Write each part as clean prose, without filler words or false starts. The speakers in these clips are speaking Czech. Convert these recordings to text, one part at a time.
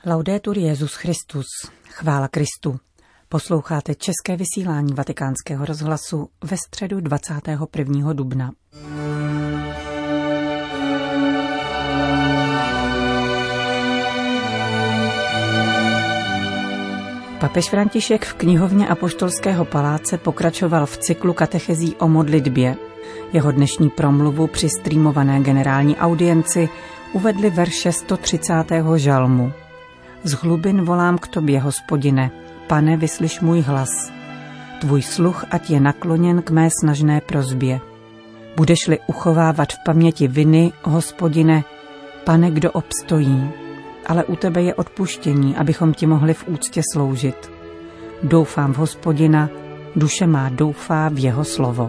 Laudetur Jesus Christus, chvála Kristu. Posloucháte české vysílání Vatikánského rozhlasu ve středu 21. dubna. Papež František v knihovně Apoštolského paláce pokračoval v cyklu katechezí o modlitbě. Jeho dnešní promluvu při streamované generální audienci uvedli verše 130. žalmu. Z hlubin volám k tobě, Hospodine, Pane, vyslyš můj hlas. Tvůj sluch ať je nakloněn k mé snažné prosbě. Budeš-li uchovávat v paměti viny, Hospodine, Pane, kdo obstojí? Ale u tebe je odpuštění, abychom ti mohli v úctě sloužit. Doufám v Hospodina, duše má doufá v jeho slovo.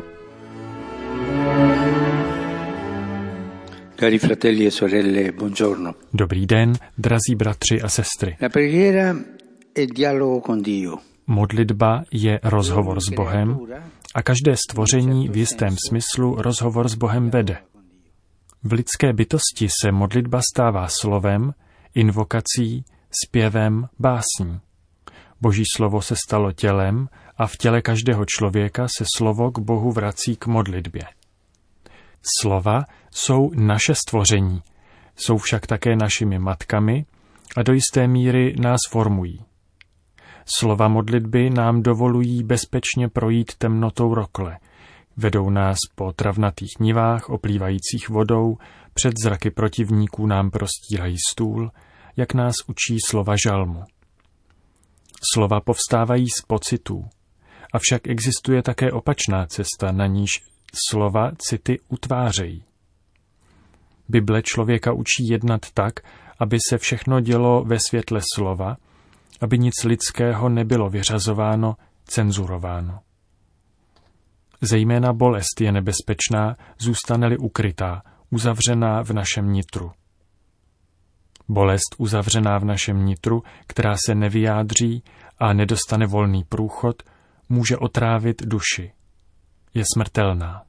Cari fratelli e sorelle, buongiorno. Dobrý den, drazí bratři a sestry. La preghiera è il dialogo con Dio. Modlitba je rozhovor s Bohem a každé stvoření v jistém smyslu rozhovor s Bohem vede. V lidské bytosti se modlitba stává slovem, invokací, zpěvem, básní. Boží slovo se stalo tělem a v těle každého člověka se slovo k Bohu vrací k modlitbě. Slova jsou naše stvoření, jsou však také našimi matkami a do jisté míry nás formují. Slova modlitby nám dovolují bezpečně projít temnotou rokle, vedou nás po travnatých nivách oplývajících vodou, před zraky protivníků nám prostírají stůl, jak nás učí slova žalmu. Slova povstávají z pocitů, avšak existuje také opačná cesta, na níž slova city utvářejí. Bible člověka učí jednat tak, aby se všechno dělo ve světle slova, aby nic lidského nebylo vyřazováno, cenzurováno. Zejména bolest je nebezpečná, zůstane-li ukrytá, uzavřená v našem nitru. Bolest uzavřená v našem nitru, která se nevyjádří a nedostane volný průchod, může otrávit duši. Je smrtelná.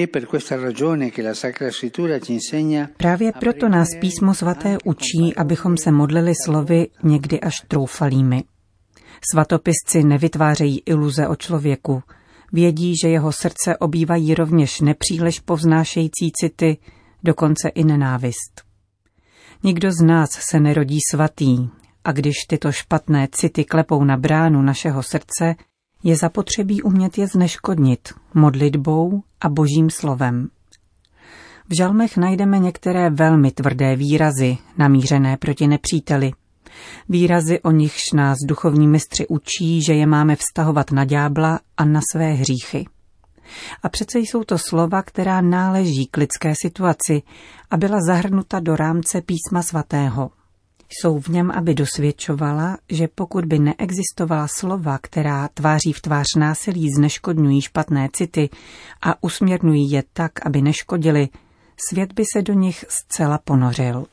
Právě proto nás Písmo svaté učí, abychom se modlili slovy někdy až troufalými. Svatopisci nevytvářejí iluze o člověku. Vědí, že jeho srdce obývají rovněž nepříliš povznášející city, dokonce i nenávist. Nikdo z nás se nerodí svatý a když tyto špatné city klepou na bránu našeho srdce, je zapotřebí umět je zneškodnit modlitbou a Božím slovem. V žalmech najdeme některé velmi tvrdé výrazy, namířené proti nepříteli. Výrazy, o nichž nás duchovní mistři učí, že je máme vztahovat na ďábla a na své hříchy. A přece jsou to slova, která náleží k lidské situaci a byla zahrnuta do rámce Písma svatého. Jsou v něm, aby dosvědčovala, že pokud by neexistovala slova, která tváří v tvář násilí zneškodňují špatné city a usměrňují je tak, aby neškodili, svět by se do nich zcela ponořil.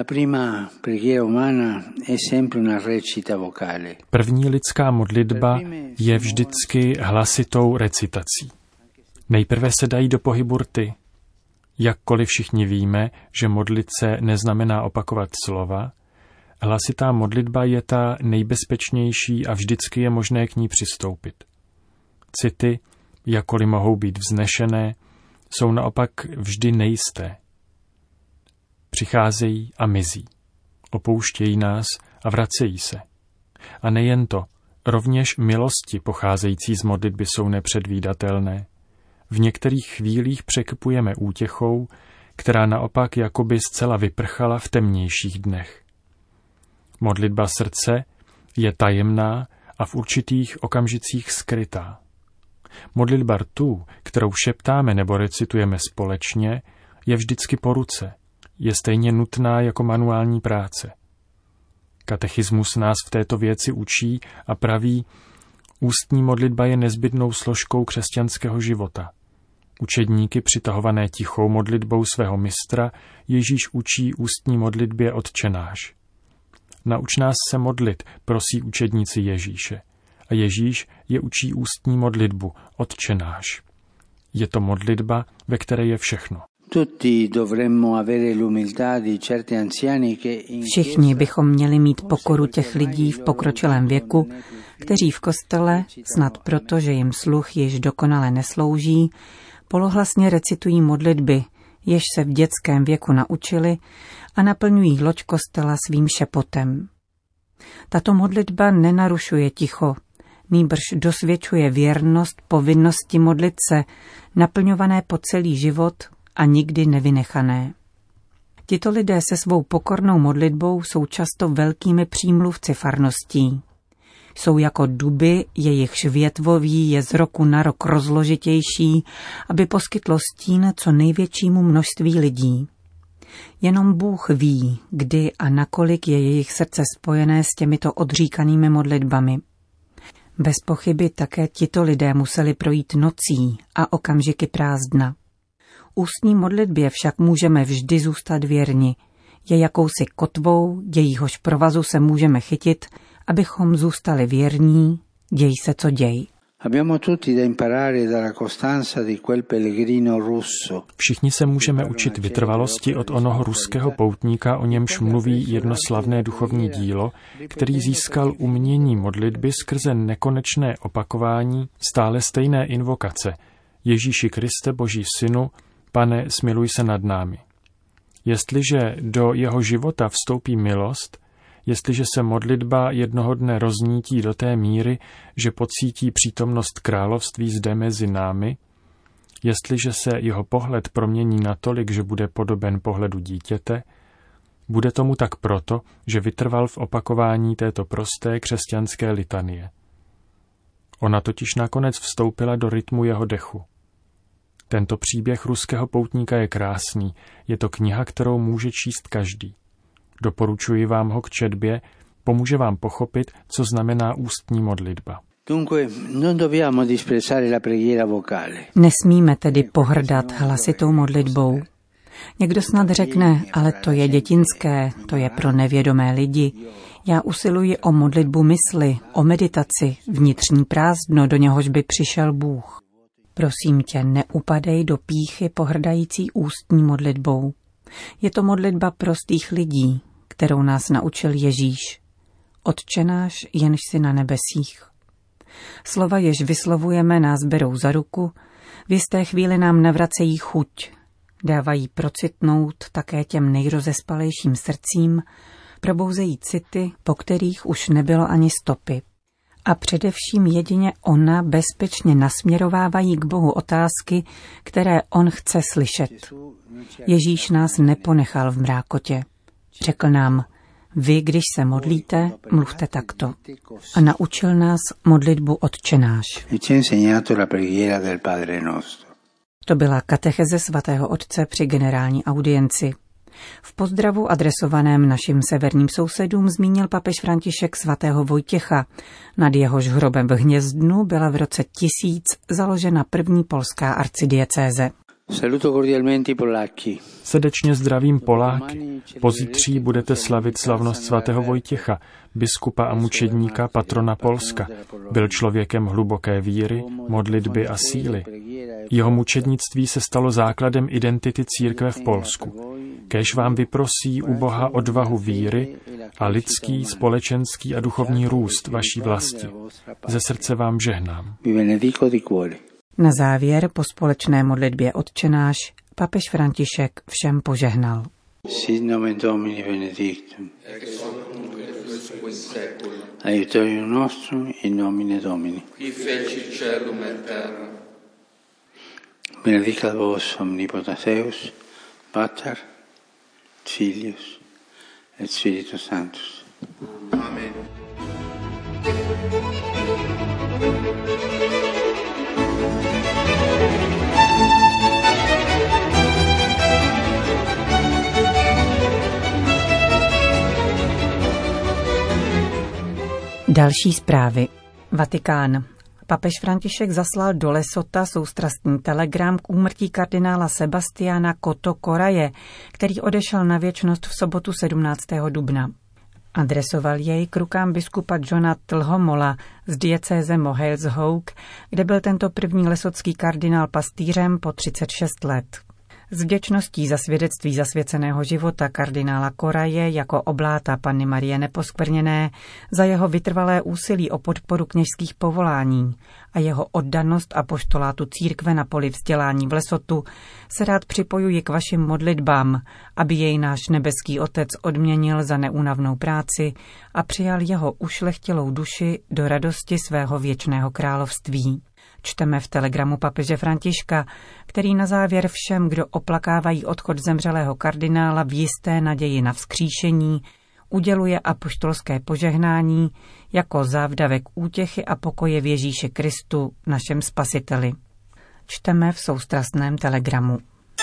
První lidská modlitba je vždycky hlasitou recitací. Nejprve se dají do pohybu rty. Jakkoliv všichni víme, že modlit se neznamená opakovat slova, hlasitá modlitba je ta nejbezpečnější a vždycky je možné k ní přistoupit. City, jakkoliv mohou být vznešené, jsou naopak vždy nejisté. Přicházejí a mizí. Opouštějí nás a vracejí se. A nejen to, rovněž milosti pocházející z modlitby jsou nepředvídatelné. V některých chvílích překypujeme útěchou, která naopak jakoby zcela vyprchala v temnějších dnech. Modlitba srdce je tajemná a v určitých okamžicích skrytá. Modlitba rtů, kterou šeptáme nebo recitujeme společně, je vždycky po ruce. Je stejně nutná jako manuální práce. Katechismus nás v této věci učí a praví, ústní modlitba je nezbytnou složkou křesťanského života. Učedníky přitahované tichou modlitbou svého mistra Ježíš učí ústní modlitbě Otčenáš. Nauč nás se modlit, prosí učedníci Ježíše. A Ježíš je učí ústní modlitbu Otčenáš. Je to modlitba, ve které je všechno. Všichni bychom měli mít pokoru těch lidí v pokročilém věku, kteří v kostele, snad proto, že jim sluch již dokonale neslouží, polohlasně recitují modlitby, jež se v dětském věku naučili, a naplňují loď kostela svým šepotem. Tato modlitba nenarušuje ticho, nýbrž dosvědčuje věrnost povinnosti modlit se, naplňované po celý život a nikdy nevynechané. Tito lidé se svou pokornou modlitbou jsou často velkými přímluvci farností. Jsou jako duby, jejichž větvoví je z roku na rok rozložitější, aby poskytlo stín co největšímu množství lidí. Jenom Bůh ví, kdy a nakolik je jejich srdce spojené s těmito odříkanými modlitbami. Bez pochyby také tito lidé museli projít nocí a okamžiky prázdna. Ústní modlitbě však můžeme vždy zůstat věrni. Je jakousi kotvou, jejíhož provazu se můžeme chytit, abychom zůstali věrní, děj se co děj. Všichni se můžeme učit vytrvalosti od onoho ruského poutníka, o němž mluví jedno slavné duchovní dílo, který získal umění modlitby skrze nekonečné opakování stále stejné invokace: Ježíši Kriste, Boží Synu, Pane, smiluj se nad námi. Jestliže do jeho života vstoupí milost, jestliže se modlitba jednoho dne roznítí do té míry, že pocítí přítomnost království zde mezi námi, jestliže se jeho pohled promění natolik, že bude podoben pohledu dítěte, bude tomu tak proto, že vytrval v opakování této prosté křesťanské litanie. Ona totiž nakonec vstoupila do rytmu jeho dechu. Tento příběh ruského poutníka je krásný, je to kniha, kterou může číst každý. Doporučuji vám ho k četbě, pomůže vám pochopit, co znamená ústní modlitba. Nesmíme tedy pohrdat hlasitou modlitbou. Někdo snad řekne, ale to je dětinské, to je pro nevědomé lidi. Já usiluji o modlitbu mysli, o meditaci, vnitřní prázdno, do něhož by přišel Bůh. Prosím tě, neupadej do pýchy pohrdající ústní modlitbou. Je to modlitba prostých lidí, kterou nás naučil Ježíš. Otče náš, jenž jsi na nebesích. Slova, jež vyslovujeme, nás berou za ruku, v jisté chvíli nám navracejí chuť, dávají procitnout také těm nejrozespalejším srdcím, probouzejí city, po kterých už nebylo ani stopy. A především jedině ona bezpečně nasměrovávají k Bohu otázky, které on chce slyšet. Ježíš nás neponechal v mrákotě. Řekl nám, vy, když se modlíte, mluvte takto. A naučil nás modlitbu Otče náš. To byla katecheze svatého otce při generální audienci. V pozdravu adresovaném našim severním sousedům zmínil papež František svatého Vojtěcha. Nad jehož hrobem v Hnězdnu byla v roce 1000 založena první polská arcidiecéze. Srdečně zdravím Poláky. Pozítří budete slavit slavnost svatého Vojtěcha, biskupa a mučedníka, patrona Polska. Byl člověkem hluboké víry, modlitby a síly. Jeho mučednictví se stalo základem identity církve v Polsku. Kéž vám vyprosí u Boha odvahu víry a lidský, společenský a duchovní růst vaší vlasti. Ze srdce vám žehnám. Na závěr po společné modlitbě Otče náš papež František všem požehnal. Sit nomen Domini benedictum. Aiutorium nostrum in nomine Domini. Qui feci caelum et terra. Benedicat vos omnipotens Deus, Pater, Filius et Spiritus Sanctus. Amen. Další zprávy. Vatikán. Papež František zaslal do Lesota soustrastný telegram k úmrtí kardinála Sebastiana Koto Koraje, který odešel na věčnost v sobotu 17. dubna. Adresoval jej k rukám biskupa Johna Tlhomola z diecéze Moheils-Hauk, kde byl tento první lesotský kardinál pastýřem po 36 let. S vděčností za svědectví zasvěceného života kardinála Koraje jako obláta Panny Marie Neposkvrněné, za jeho vytrvalé úsilí o podporu kněžských povolání a jeho oddanost apoštolátu církve na poli vzdělání v Lesotu se rád připojuji k vašim modlitbám, aby jej náš nebeský Otec odměnil za neúnavnou práci a přijal jeho ušlechtilou duši do radosti svého věčného království. Čteme v telegramu papeže Františka, který na závěr všem, kdo oplakávají odchod zemřelého kardinála v jisté naději na vzkříšení, uděluje apoštolské požehnání jako závdavek útěchy a pokoje v Ježíši Kristu, našem Spasiteli. Čteme v soustrastném telegramu.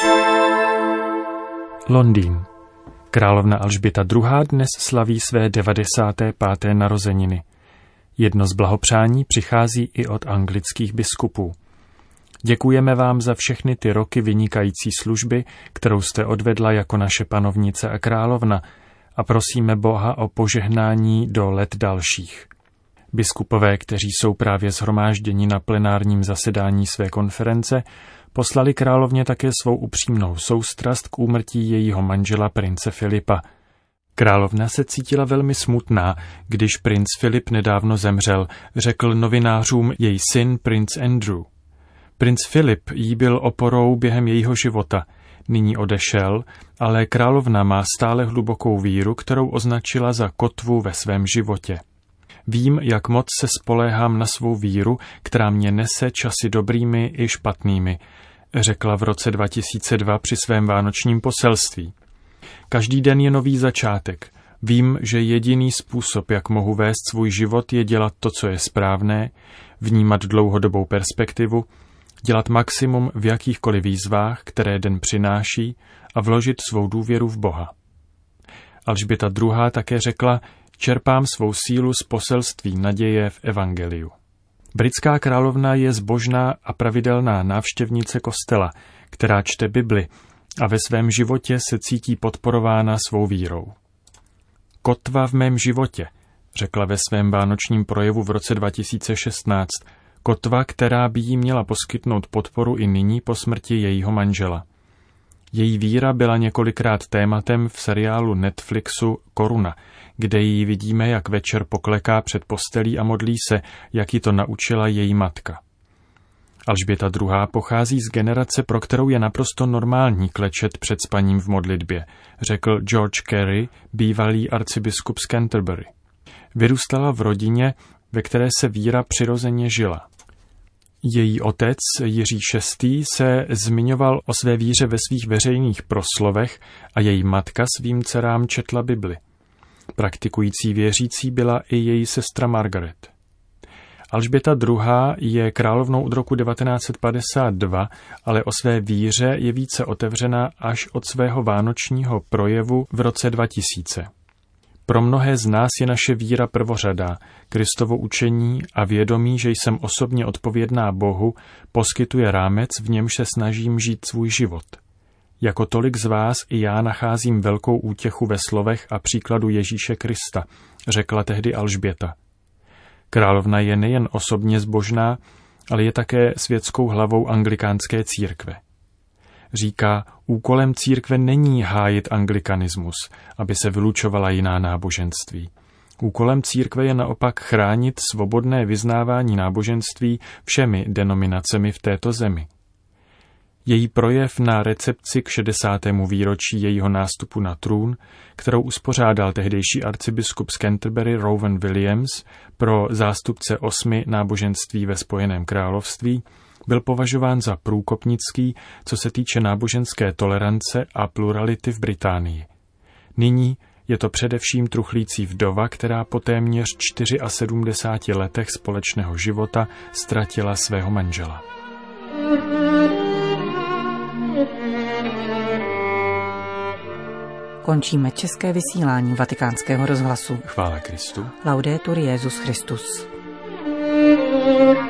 Londýn. Královna Alžběta II. Dnes slaví své 95. narozeniny. Jedno z blahopřání přichází i od anglických biskupů. Děkujeme vám za všechny ty roky vynikající služby, kterou jste odvedla jako naše panovnice a královna, a prosíme Boha o požehnání do let dalších. Biskupové, kteří jsou právě shromážděni na plenárním zasedání své konference, poslali královně také svou upřímnou soustrast k úmrtí jejího manžela prince Filipa. Královna se cítila velmi smutná, když princ Filip nedávno zemřel, řekl novinářům její syn princ Andrew. Princ Filip jí byl oporou během jejího života. Nyní odešel, ale královna má stále hlubokou víru, kterou označila za kotvu ve svém životě. Vím, jak moc se spoléhám na svou víru, která mě nese časy dobrými i špatnými, řekla v roce 2002 při svém vánočním poselství. Každý den je nový začátek. Vím, že jediný způsob, jak mohu vést svůj život, je dělat to, co je správné, vnímat dlouhodobou perspektivu, dělat maximum v jakýchkoliv výzvách, které den přináší, a vložit svou důvěru v Boha. Alžběta II. Také řekla, čerpám svou sílu z poselství naděje v evangeliu. Britská královna je zbožná a pravidelná návštěvnice kostela, která čte Bibli a ve svém životě se cítí podporována svou vírou. Kotva v mém životě, řekla ve svém vánočním projevu v roce 2016, kotva, která by jí měla poskytnout podporu i nyní po smrti jejího manžela. Její víra byla několikrát tématem v seriálu Netflixu Koruna, kde ji vidíme, jak večer pokleká před postelí a modlí se, jak ji to naučila její matka. Alžběta II. Pochází z generace, pro kterou je naprosto normální klečet před spaním v modlitbě, řekl George Carey, bývalý arcibiskup z Canterbury. Vyrůstala v rodině, ve které se víra přirozeně žila. Její otec, Jiří VI., se zmiňoval o své víře ve svých veřejných proslovech a její matka svým dcerám četla Bibli. Praktikující věřící byla i její sestra Margaret. Alžběta II. Je královnou od roku 1952, ale o své víře je více otevřená až od svého vánočního projevu v roce 2000. Pro mnohé z nás je naše víra prvořadá, Kristovo učení a vědomí, že jsem osobně odpovědná Bohu, poskytuje rámec, v němž se snažím žít svůj život. Jako tolik z vás i já nacházím velkou útěchu ve slovech a příkladu Ježíše Krista, řekla tehdy Alžběta. Královna je nejen osobně zbožná, ale je také světskou hlavou anglikánské církve. Říká, úkolem církve není hájit anglikanismus, aby se vylučovala jiná náboženství. Úkolem církve je naopak chránit svobodné vyznávání náboženství všemi denominacemi v této zemi. Její projev na recepci k 60. výročí jejího nástupu na trůn, kterou uspořádal tehdejší arcibiskup z Canterbury Rowan Williams pro zástupce 8 náboženství ve Spojeném království, byl považován za průkopnický, co se týče náboženské tolerance a plurality v Británii. Nyní je to především truchlící vdova, která po téměř 74 letech společného života ztratila svého manžela. Končíme české vysílání Vatikánského rozhlasu. Chvála Kristu. Laudetur Jesus Christus.